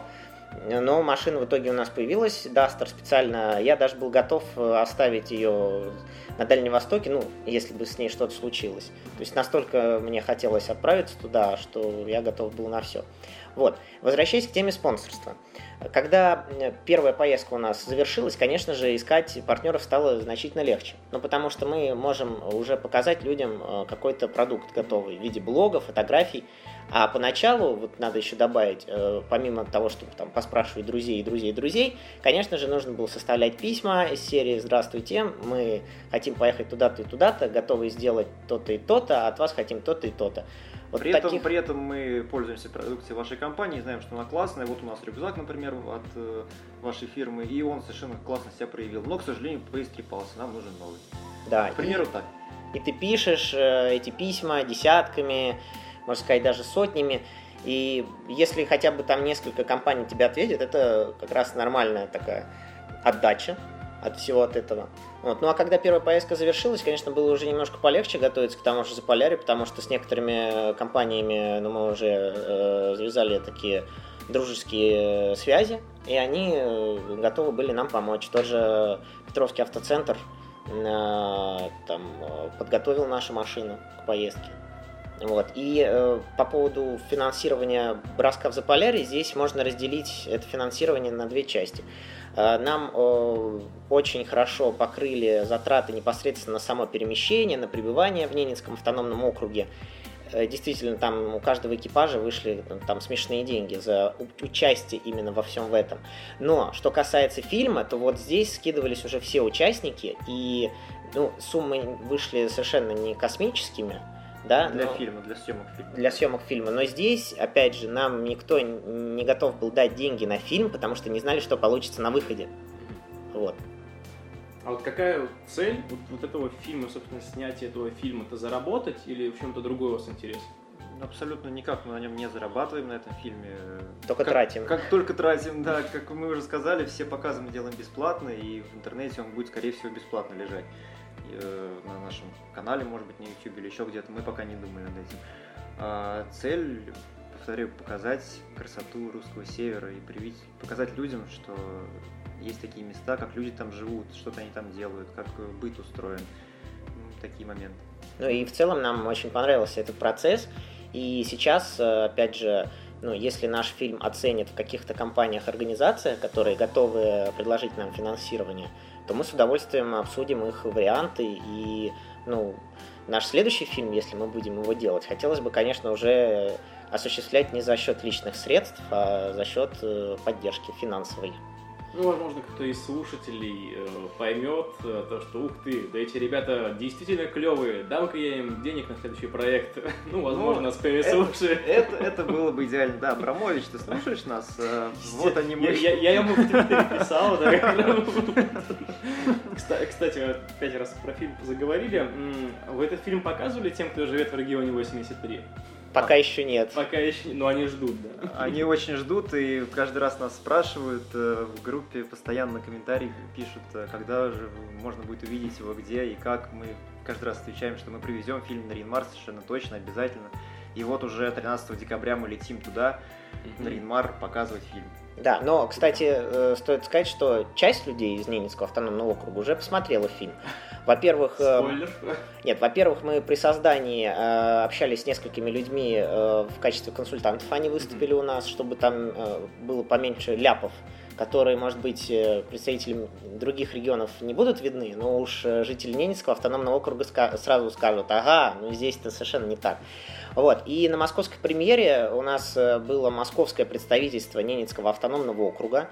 Но машина в итоге у нас появилась, Duster специально. Я даже был готов оставить ее на Дальнем Востоке, ну, если бы с ней что-то случилось. То есть настолько мне хотелось отправиться туда, что я готов был на все. Вот. Возвращаясь к теме спонсорства. Когда первая поездка у нас завершилась, конечно же, искать партнеров стало значительно легче. Ну, потому что мы можем уже показать людям какой-то продукт готовый в виде блогов, фотографий. А поначалу, вот надо еще добавить, помимо того, чтобы там поспрашивать друзей, друзей, друзей, конечно же, нужно было составлять письма из серии «Здравствуйте, мы хотим поехать туда-то и туда-то, готовы сделать то-то и то-то, а от вас хотим то-то и то-то». Вот при, таких... этом, при этом мы пользуемся продукцией вашей компании, знаем, что она классная. Вот у нас рюкзак, например, от э, вашей фирмы, и он совершенно классно себя проявил. Но, к сожалению, поистрепался, нам нужен новый. Да, к примеру, и, так. И ты пишешь э, эти письма десятками, можно сказать, даже сотнями. И если хотя бы там несколько компаний тебя ответят, это как раз нормальная такая отдача от всего от этого. Вот. Ну а когда первая поездка завершилась, конечно, было уже немножко полегче готовиться к тому же Заполярью, потому что с некоторыми компаниями ну, мы уже э, завязали такие дружеские связи, и они э, готовы были нам помочь. Тот же Петровский автоцентр э, там, подготовил нашу машину к поездке. Вот. И э, по поводу финансирования броска в Заполярье, здесь можно разделить это финансирование на две части. Э, нам э, очень хорошо покрыли затраты непосредственно на само перемещение, на пребывание в Ненецком автономном округе. действительно, там у каждого экипажа вышли там смешные деньги за участие именно во всем в этом. Но, что касается фильма, то вот здесь скидывались уже все участники, и ну, суммы вышли совершенно не космическими, да, для но... фильма, для съемок фильма. Для съемок фильма. Но здесь, опять же, нам никто не готов был дать деньги на фильм, потому что не знали, что получится на выходе. Вот. А вот какая цель вот, вот этого фильма, собственно, снятия этого фильма? Это заработать или в чем-то другой у вас интерес? Абсолютно никак, мы на нем не зарабатываем, на этом фильме. Только как, тратим. Как только тратим, да, как мы уже сказали, все показы мы делаем бесплатно, и в интернете он будет, скорее всего, бесплатно лежать. И, э, на нашем канале, может быть, на YouTube или еще где-то, мы пока не думали над этим. А цель, повторю, показать красоту русского севера и привить, показать людям, что есть такие места, как люди там живут, что-то они там делают, как быт устроен, ну, такие моменты. Ну и в целом нам очень понравился этот процесс. И сейчас, опять же, ну, если наш фильм оценят в каких-то компаниях, организациях, которые готовы предложить нам финансирование, то мы с удовольствием обсудим их варианты. И ну, наш следующий фильм, если мы будем его делать, хотелось бы, конечно, уже осуществлять не за счет личных средств, а за счет поддержки финансовой. Ну, возможно, кто-то из слушателей э, поймет э, то, что, ух ты, да эти ребята действительно клевые, дам-ка я им денег на следующий проект. Ну, возможно, ну, нас слушает. Это, это было бы идеально. Да, Абрамович, ты слушаешь нас? Вот они мы. Я, я ему в Твиттере писал, да. Кстати, опять раз про фильм заговорили. Вы этот фильм показывали тем, кто живет в регионе восемьдесят три? Пока а, еще нет. Пока еще нет, но они ждут, да. Они очень ждут, и каждый раз нас спрашивают в группе, постоянно комментарии пишут, когда же можно будет увидеть его, где и как. Мы каждый раз отвечаем, что мы привезем фильм на Рейн-Мар совершенно точно, обязательно. И вот уже тринадцатого декабря мы летим туда, mm-hmm. на Рейн-Мар, показывать фильм. Да, но, кстати, стоит сказать, что часть людей из Ненецкого автономного округа уже посмотрела фильм. Во-первых, Спойлер. Нет, во-первых, мы при создании э, общались с несколькими людьми э, в качестве консультантов, они выступили mm-hmm. у нас, чтобы там э, было поменьше ляпов, которые, может быть, представителям других регионов не будут видны, но уж жители Ненецкого автономного округа ска- сразу скажут, ага, ну здесь-то совершенно не так. Вот. И на московской премьере у нас было московское представительство Ненецкого автономного округа,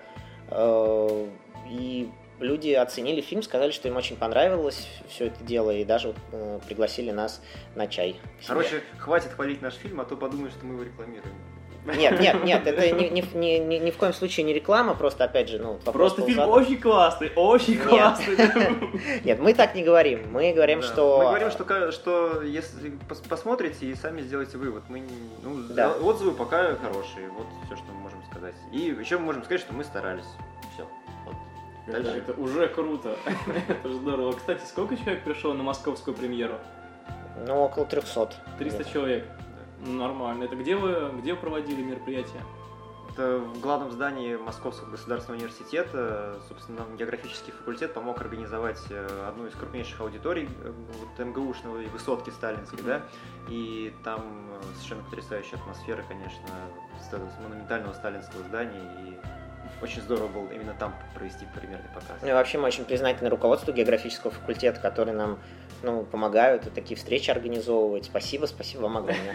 э, и люди оценили фильм, сказали, что им очень понравилось все это дело, и даже э, пригласили нас на чай. Короче, хватит хвалить наш фильм, а то подумают, что мы его рекламируем. Нет, нет, нет, это ни, ни, ни, ни, ни в коем случае не реклама, просто, опять же, ну... Просто фильм задан. Очень классный, очень нет. классный. Нет, мы так не говорим, мы говорим, да. что... Мы говорим, что, что если посмотрите и сами сделаете вывод. Мы, ну, да. Отзывы пока хорошие, вот все, что мы можем сказать. И еще мы можем сказать, что мы старались. Все. Вот. Это, это уже круто, это же здорово. Кстати, сколько человек пришло на московскую премьеру? Ну, около трехсот. триста человек. Нормально. Это где вы, где вы проводили мероприятие? Это в главном здании Московского государственного университета. Собственно, нам географический факультет помог организовать одну из крупнейших аудиторий вот, МГУшного и высотки сталинской, mm-hmm. да. И там совершенно потрясающая атмосфера, конечно, монументального сталинского здания. И очень здорово было именно там провести примерный показ. Ну и вообще мы очень признательны руководству географического факультета, которые нам ну, помогают и такие встречи организовывать. Спасибо, спасибо вам огромное.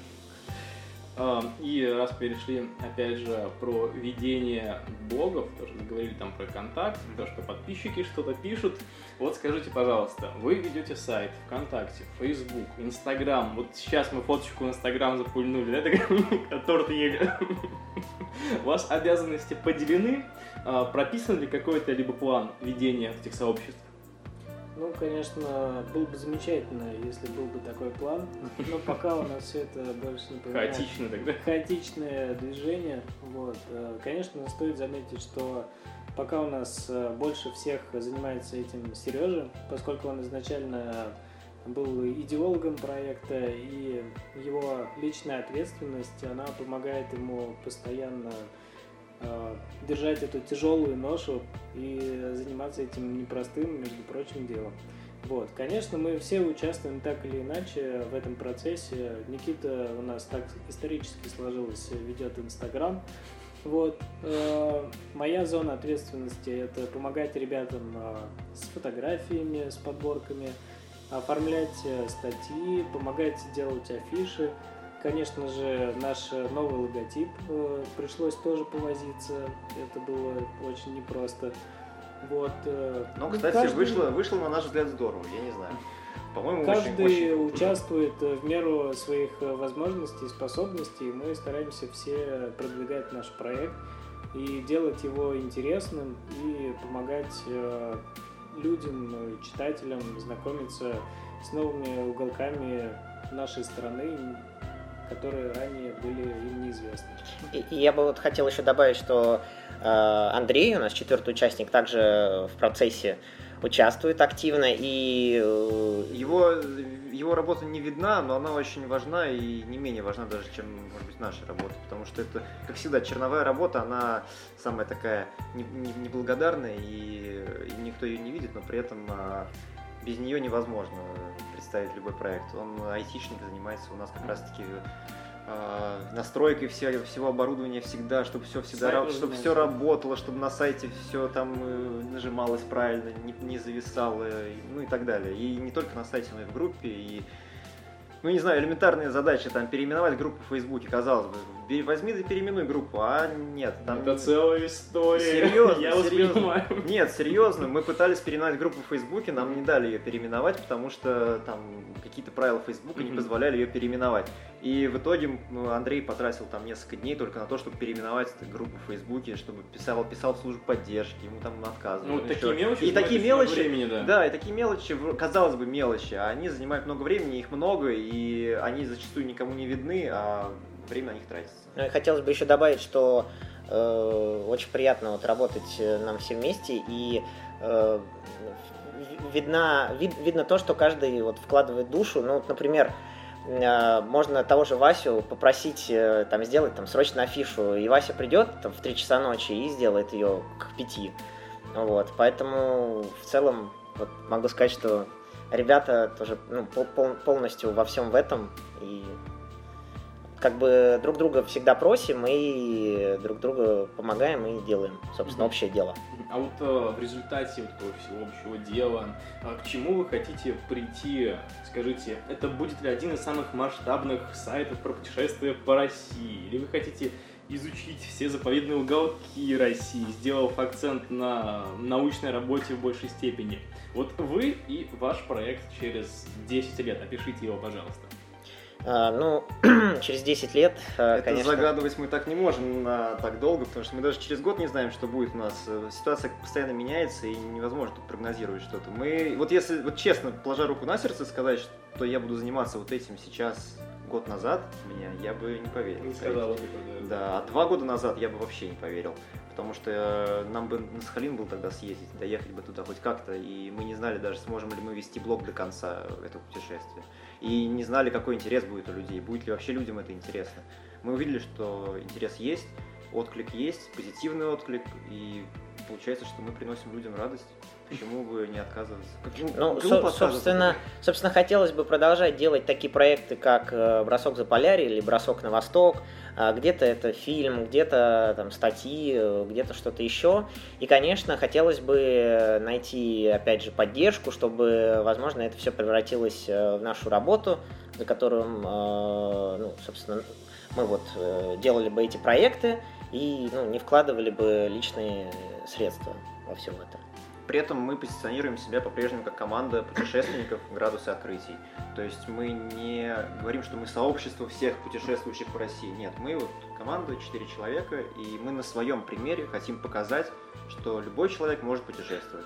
И раз перешли, опять же, про ведение блогов, тоже говорили там про контакт, то, что подписчики что-то пишут. Вот скажите, пожалуйста, вы ведете сайт ВКонтакте, Facebook, Инстаграм. Вот сейчас мы фоточку в Инстаграм запульнули, да, торт ели. У вас обязанности поделены? Прописан ли какой-то либо план ведения этих сообществ? Ну, конечно, было бы замечательно, если был бы такой план, но пока у нас все это больше напоминает хаотично тогда. Хаотичное движение. Вот. Конечно, стоит заметить, что пока у нас больше всех занимается этим Сережа, поскольку он изначально был идеологом проекта, и его личная ответственность, она помогает ему постоянно держать эту тяжелую ношу и заниматься этим непростым, между прочим, делом. Вот. Конечно, мы все участвуем так или иначе в этом процессе. Никита у нас так исторически сложилось, ведет Инстаграм. Вот. Моя зона ответственности – это помогать ребятам с фотографиями, с подборками. оформлять статьи, помогать делать афиши. Конечно же, наш новый логотип пришлось тоже повозиться. Это было очень непросто. Вот. Но, кстати, каждый... вышло, вышло, на наш взгляд, здорово, я не знаю. По-моему, каждый очень, очень... участвует в меру своих возможностей и способностей. Мы стараемся все продвигать наш проект и делать его интересным и помогать людям, читателям знакомиться с новыми уголками нашей страны, которые ранее были им неизвестны. И, и я бы вот хотел еще добавить, что э, Андрей, у нас четвертый участник, также в процессе участвует активно, и э... его, его работа не видна, но она очень важна и не менее важна даже, чем, может быть, наша работа, потому что это, как всегда, черновая работа, она самая такая неблагодарная, и, и никто ее не видит, но при этом а, без нее невозможно представить любой проект. Он айтишник, занимается у нас как раз-таки настройкой все, всего оборудования всегда, чтобы все всегда, чтобы все работало, чтобы на сайте все там нажималось правильно, не, не зависало, ну и так далее. И не только на сайте, но и в группе. И, ну не знаю, элементарные задачи, там переименовать группу в Фейсбуке, казалось бы, возьми да переименуй группу, а нет. Там... Это целая история. Серьезно, я серьезно. Нет, серьезно, мы пытались переименовать группу в Фейсбуке, нам не дали ее переименовать, потому что там какие-то правила Фейсбука mm-hmm. не позволяли ее переименовать. И в итоге Андрей потратил там несколько дней только на то, чтобы переименовать эту группу в Фейсбуке, чтобы писал, писал в службу поддержки, ему там отказывали. Ну, такие мелочи, и такие мелочи, времени, да. да, и такие мелочи, казалось бы, мелочи, а они занимают много времени, их много, и они зачастую никому не видны, а время на них тратится. Ну и хотелось бы еще добавить, что э, очень приятно вот работать нам все вместе, и э, видно, вид, видно то, что каждый вот вкладывает душу. Ну, вот, например, э, можно того же Васю попросить э, там, сделать там, срочно афишу, и Вася придет там, в три часа ночи и сделает ее к пяти. Вот, поэтому в целом вот, могу сказать, что ребята тоже ну, пол, полностью во всем в этом, и как бы друг друга всегда просим и друг друга помогаем и делаем, собственно, mm-hmm. общее дело. А вот а, в результате вот этого всего общего дела, а, к чему вы хотите прийти? Скажите, это будет ли один из самых масштабных сайтов про путешествия по России? Или вы хотите изучить все заповедные уголки России, сделав акцент на научной работе в большей степени? Вот вы и ваш проект через десять лет, опишите его, пожалуйста. А, ну, через десять лет, Это конечно... загадывать мы так не можем на так долго, потому что мы даже через год не знаем, что будет у нас. Ситуация постоянно меняется, и невозможно тут прогнозировать что-то. Мы, вот если, вот честно, положа руку на сердце, сказать, что я буду заниматься вот этим сейчас, год назад, меня, я бы не поверил. Не сказал, да. Да, а два года назад я бы вообще не поверил. Потому что нам бы на Сахалин было тогда съездить, доехать бы туда хоть как-то, и мы не знали даже, сможем ли мы вести блог до конца этого путешествия. И не знали, какой интерес будет у людей, будет ли вообще людям это интересно. Мы увидели, что интерес есть, отклик есть, позитивный отклик, и получается, что мы приносим людям радость. Почему бы не отказываться? Ну, со- собственно, собственно, хотелось бы продолжать делать такие проекты, как «Бросок за Полярье» или «Бросок на восток». Где-то это фильм, где-то там статьи, где-то что-то еще. И, конечно, хотелось бы найти, опять же, поддержку, чтобы, возможно, это все превратилось в нашу работу, за которую, ну, собственно, мы вот делали бы эти проекты и ну, не вкладывали бы личные средства во все это. При этом мы позиционируем себя по-прежнему как команда путешественников «Градусы открытий». То есть мы не говорим, что мы сообщество всех путешествующих по России. Нет, мы вот команда, четыре человека, и мы на своем примере хотим показать, что любой человек может путешествовать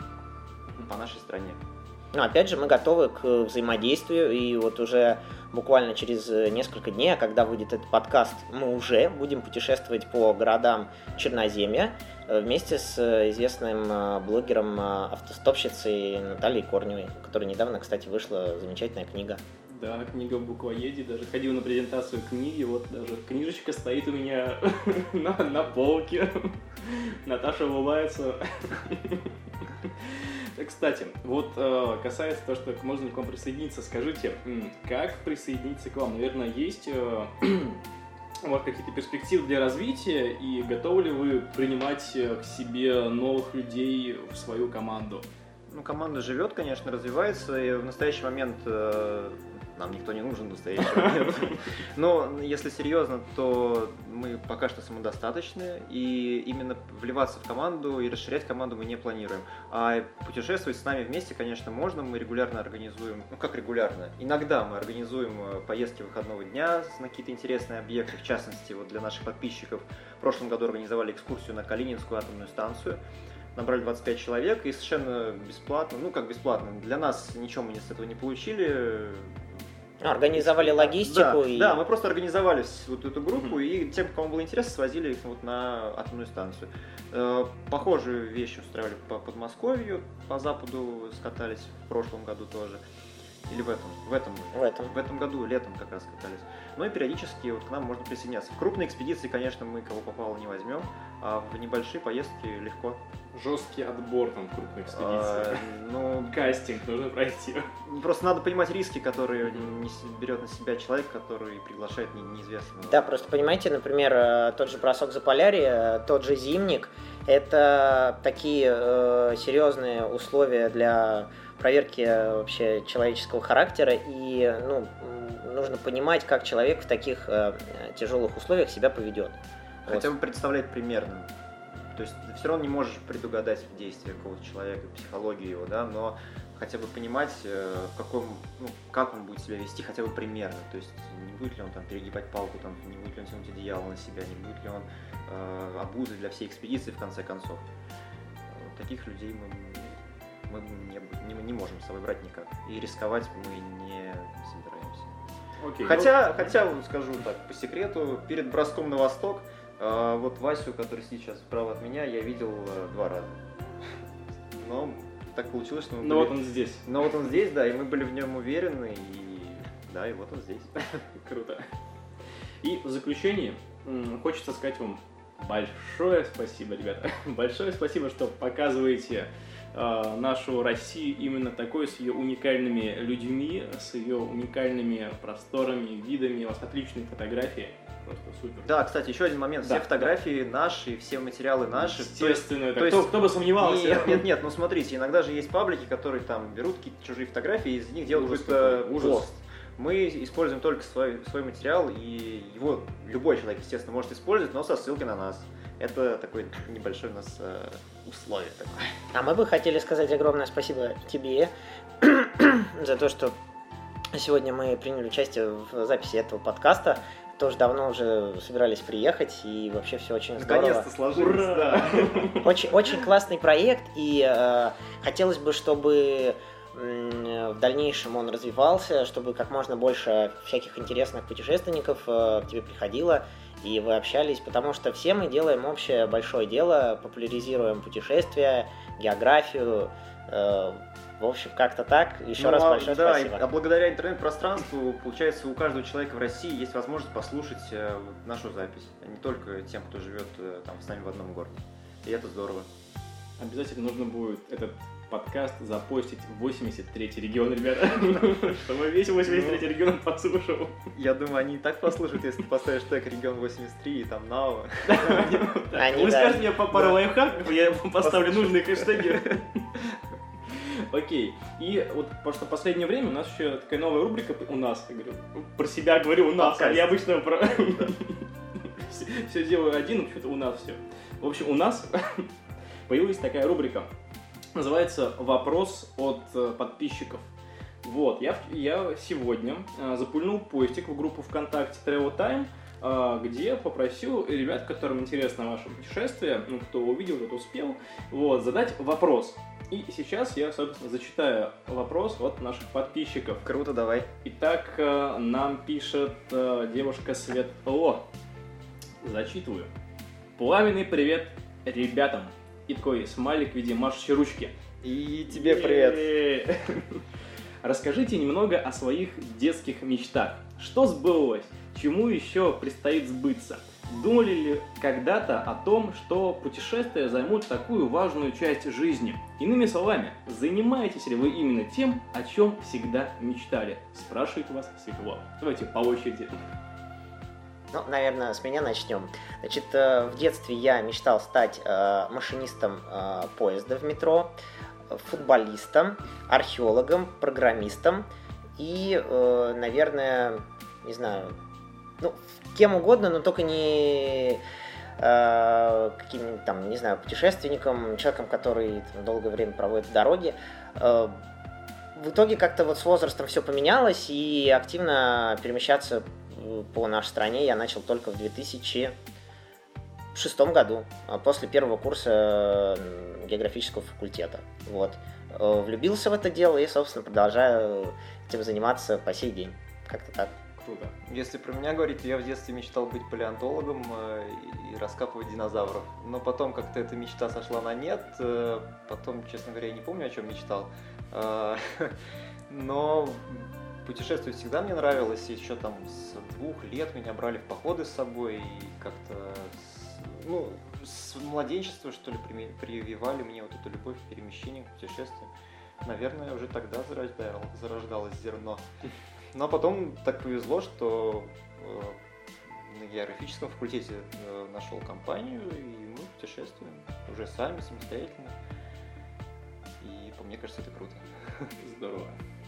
по нашей стране. Ну, опять же, мы готовы к взаимодействию, и вот уже буквально через несколько дней, а когда выйдет этот подкаст, мы уже будем путешествовать по городам Черноземья вместе с известным блогером, автостопщицей Натальей Корневой, у которой недавно, кстати, вышла замечательная книга. Да, книга в буквоеде, даже ходил на презентацию книги, вот даже книжечка стоит у меня на, на полке. Наташа улыбается. Кстати, вот э, касается того, что можно к вам присоединиться, скажите, как присоединиться к вам? Наверное, есть э, у вас какие-то перспективы для развития, и готовы ли вы принимать к себе новых людей в свою команду? Ну, команда живет, конечно, развивается, и в настоящий момент э, нам никто не нужен в настоящий момент. Но если серьезно, то мы пока что самодостаточны, и именно вливаться в команду и расширять команду мы не планируем. А путешествовать с нами вместе, конечно, можно, мы регулярно организуем, ну как регулярно, иногда мы организуем поездки выходного дня на какие-то интересные объекты, в частности, вот для наших подписчиков. В прошлом году организовали экскурсию на Калининскую атомную станцию. Набрали двадцать пять человек и совершенно бесплатно, ну как бесплатно, для нас ничего мы с этого не получили. Организовали логистику. Да, и... да, мы просто организовали вот эту группу, mm-hmm. и тем, кому было интересно, свозили их вот на атомную станцию. Похожие вещи устраивали по Подмосковью, по западу скатались в прошлом году тоже. Или в этом? В этом. В этом. В этом году, летом как раз катались. Ну и периодически вот к нам можно присоединяться. В крупные экспедиции, конечно, мы кого попало не возьмем, а в небольшие поездки легко. Жесткий отбор там в крупной экспедиции. А, ну, кастинг нужно пройти. Просто надо понимать риски, которые не берет на себя человек, который приглашает неизвестного. Да, просто понимаете, например, тот же бросок Заполярье, тот же Зимник, это такие э, серьезные условия для проверки вообще человеческого характера, и ну, нужно понимать, как человек в таких э, тяжелых условиях себя поведет. Хотя вот. бы представлять примерно. То есть ты все равно не можешь предугадать действия какого-то человека, психологию его, да, но хотя бы понимать, в каком, ну, как он будет себя вести, хотя бы примерно. То есть не будет ли он там перегибать палку, там, не будет ли он тянуть одеяло на себя, не будет ли он э, обузой для всей экспедиции в конце концов. Вот таких людей мы, мы не, не, не можем с собой брать никак. И рисковать мы не собираемся. Окей, хотя, ну... хотя, скажу так, по секрету, перед броском на восток, э, вот Васю, который сейчас справа от меня, я видел э, два раза. Но так получилось, что мы Но были... вот он здесь. Но вот он здесь, да, и мы были в нем уверены, и да, и вот он здесь. Круто. И в заключение хочется сказать вам большое спасибо, ребята. Большое спасибо, что показываете э, нашу Россию именно такой, с ее уникальными людьми, с ее уникальными просторами, видами. У вас отличные фотографии. Просто супер. Да, кстати, еще один момент. Да, все фотографии да. наши, все материалы наши. Естественно, это то кто, есть... кто бы сомневался. Нет, нет, нет, ну смотрите, иногда же есть паблики, которые там берут какие-то чужие фотографии и из них делают какой-то пост. Мы используем только свой, свой материал, и его любой человек, естественно, может использовать, но со ссылкой на нас. Это такое небольшое у нас э, условие такое. А мы бы хотели сказать огромное спасибо тебе за то, что сегодня мы приняли участие в записи этого подкаста. Тоже давно уже собирались приехать, и вообще все очень здорово. Наконец-то сложилось, Ура! Да. Очень, очень классный проект, и э, хотелось бы, чтобы в дальнейшем он развивался, чтобы как можно больше всяких интересных путешественников э, к тебе приходило, и вы общались, потому что все мы делаем общее большое дело, популяризируем путешествия, географию, э, в общем, как-то так. Еще ну, раз а, большое да, спасибо. И, а благодаря интернет-пространству, получается, у каждого человека в России есть возможность послушать э, нашу запись, а не только тем, кто живет э, там с нами в одном городе. И это здорово. Обязательно нужно будет этот подкаст запостить в восемьдесят третий регион, ребята, чтобы весь восемьдесят третий регион послушал. Я думаю, они и так послушают, если ты поставишь тег регион восемьдесят три и там Нау. Вы скажете мне пару лайфхаков, я поставлю нужные хэштеги. Окей. И вот просто в последнее время у нас еще такая новая рубрика у нас, я говорю, про себя говорю у нас, а я обычно про все делаю один, почему-то у нас все. В общем, у нас появилась такая рубрика. Называется «Вопрос от э, подписчиков». Вот, я, я сегодня э, запульнул постик в группу ВКонтакте Travel Time, э, где попросил ребят, которым интересно ваше путешествие, ну, кто увидел, кто успел, вот, задать вопрос. И сейчас я, собственно, зачитаю вопрос от наших подписчиков. Круто, давай. Итак, э, нам пишет э, девушка Светло. Зачитываю. Пламенный привет ребятам. И такой смайлик в виде машущей ручки. И тебе привет. Расскажите немного о своих детских мечтах. Что сбылось? Чему еще предстоит сбыться? Думали ли когда-то о том, что путешествия займут такую важную часть жизни? Иными словами, занимаетесь ли вы именно тем, о чем всегда мечтали? Спрашивает вас Светло. Давайте по очереди. Ну, наверное, с меня начнем. Значит, в детстве я мечтал стать э, машинистом э, поезда в метро. футболистом, археологом, программистом и, э, наверное, не знаю, ну, кем угодно, но только не э, каким-нибудь там, не знаю, путешественником, человеком, который там, долгое время проводит в дороге. Э, в итоге как-то вот с возрастом все поменялось, и активно перемещаться по нашей стране я начал только в две тысячи шестом году, после первого курса географического факультета. Вот. Влюбился в это дело и, собственно, продолжаю этим заниматься по сей день. Как-то так. Круто. Если про меня говорить, то я в детстве мечтал быть палеонтологом и раскапывать динозавров. Но потом как-то эта мечта сошла на нет. Потом, честно говоря, я не помню, о чем мечтал. Но путешествовать всегда мне нравилось. Еще там с двух лет меня брали в походы с собой. И как-то с, ну, с младенчества, что ли, прививали мне вот эту любовь к перемещению, к путешествиям. Наверное, уже тогда зарождалось, зарождалось зерно. Но потом так повезло, что э, на географическом факультете э, нашел компанию, и мы путешествуем уже сами, самостоятельно. И по мне кажется, это круто. Здорово.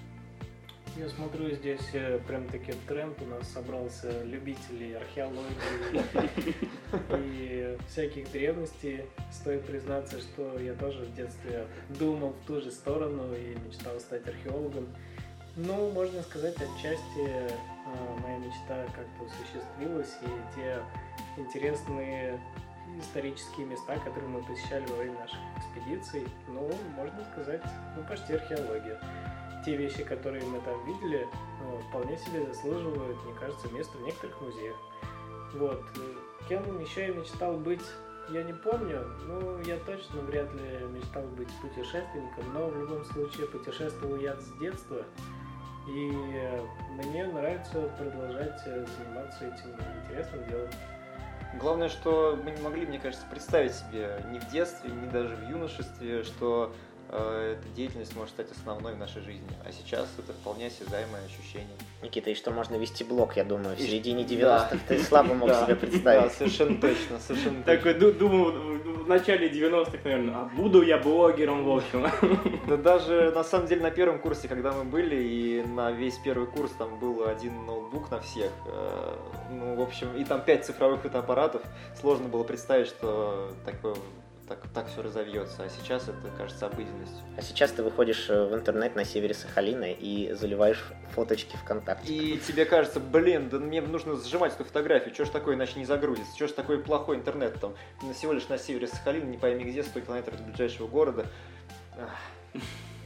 Я смотрю, здесь э, прям таки тренд у нас собрался любителей археологии и всяких древностей. Стоит признаться, что я тоже в детстве думал в ту же сторону и мечтал стать археологом. Ну, можно сказать, отчасти э, моя мечта как-то осуществилась, и те интересные исторические места, которые мы посещали во время наших экспедиций, ну, можно сказать, ну, почти археология. Те вещи, которые мы там видели, ну, вполне себе заслуживают, мне кажется, места в некоторых музеях. Вот. Кем еще я мечтал быть, я не помню, но я точно вряд ли мечтал быть путешественником, но в любом случае путешествовал я с детства. И мне нравится продолжать заниматься этим интересным делом. Главное, что мы не могли, мне кажется, представить себе ни в детстве, ни даже в юношестве, что э, эта деятельность может стать основной в нашей жизни. А сейчас это вполне осязаемое ощущение. Никита, и что можно вести блог, я думаю, в И середине ш- девяностых да. ты слабо мог Да, себе Да, представить. совершенно точно, совершенно Такой, точно. ду- думал, в начале девяностых, наверное, а буду я блогером, в общем. Да даже, на самом деле, на первом курсе, когда мы были, и на весь первый курс там был один ноутбук на всех, э, ну, в общем, и там пять цифровых фотоаппаратов, сложно было представить, что такое, так, так все разовьется, а сейчас это кажется обыденностью. А сейчас ты выходишь в интернет на севере Сахалина и заливаешь фоточки ВКонтакте. И тебе кажется, блин, да мне нужно сжимать эту фотографию, что ж такое иначе не загрузится, что ж такой плохой интернет там, всего лишь на севере Сахалина, не пойми где, сто километров до ближайшего города. Ах.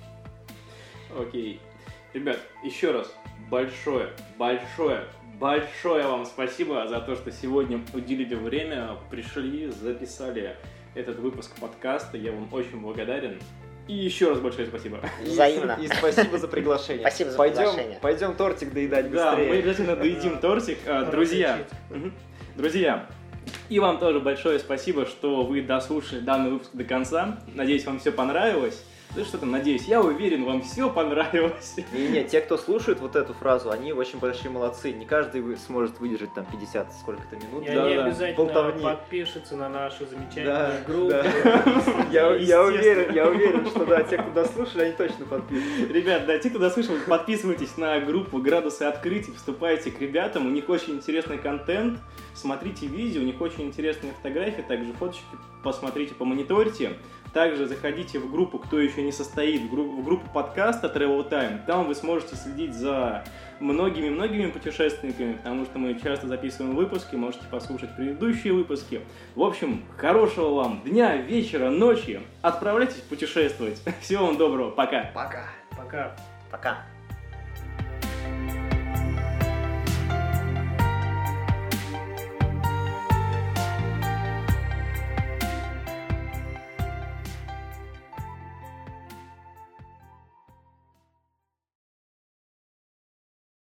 Окей. Ребят, еще раз большое, большое, большое вам спасибо за то, что сегодня уделили время, пришли, записали этот выпуск подкаста. Я вам очень благодарен. И еще раз большое спасибо. Взаимно. И, и спасибо за приглашение. Спасибо за пойдем, приглашение. Пойдем тортик доедать Да, быстрее. мы обязательно доедим тортик. А, Друзья, мгм. друзья, и вам тоже большое спасибо, что вы дослушали данный выпуск до конца. Надеюсь, вам все понравилось. Да что там, надеюсь, я уверен, вам все понравилось. Не, не, те, кто слушает вот эту фразу, они очень большие молодцы. Не каждый вы- сможет выдержать там пятьдесят сколько-то минут. И Да, они да. обязательно Болтовни. подпишутся на нашу Да, замечательную группу. да. Я, я уверен, Естественно. я уверен, что да, те, кто дослушали, они точно подпишутся. Ребят, да, те, кто дослушал, подписывайтесь на группу «Градусы открытий», вступайте к ребятам, у них очень интересный контент, смотрите видео, у них очень интересные фотографии, также фоточки посмотрите, помониторьте. Также заходите в группу, кто еще не состоит, в группу, в группу подкаста Travel Time. Там вы сможете следить за многими-многими путешественниками, потому что мы часто записываем выпуски, можете послушать предыдущие выпуски. В общем, хорошего вам дня, вечера, ночи. Отправляйтесь путешествовать. Всего вам доброго. Пока. Пока. Пока. Пока.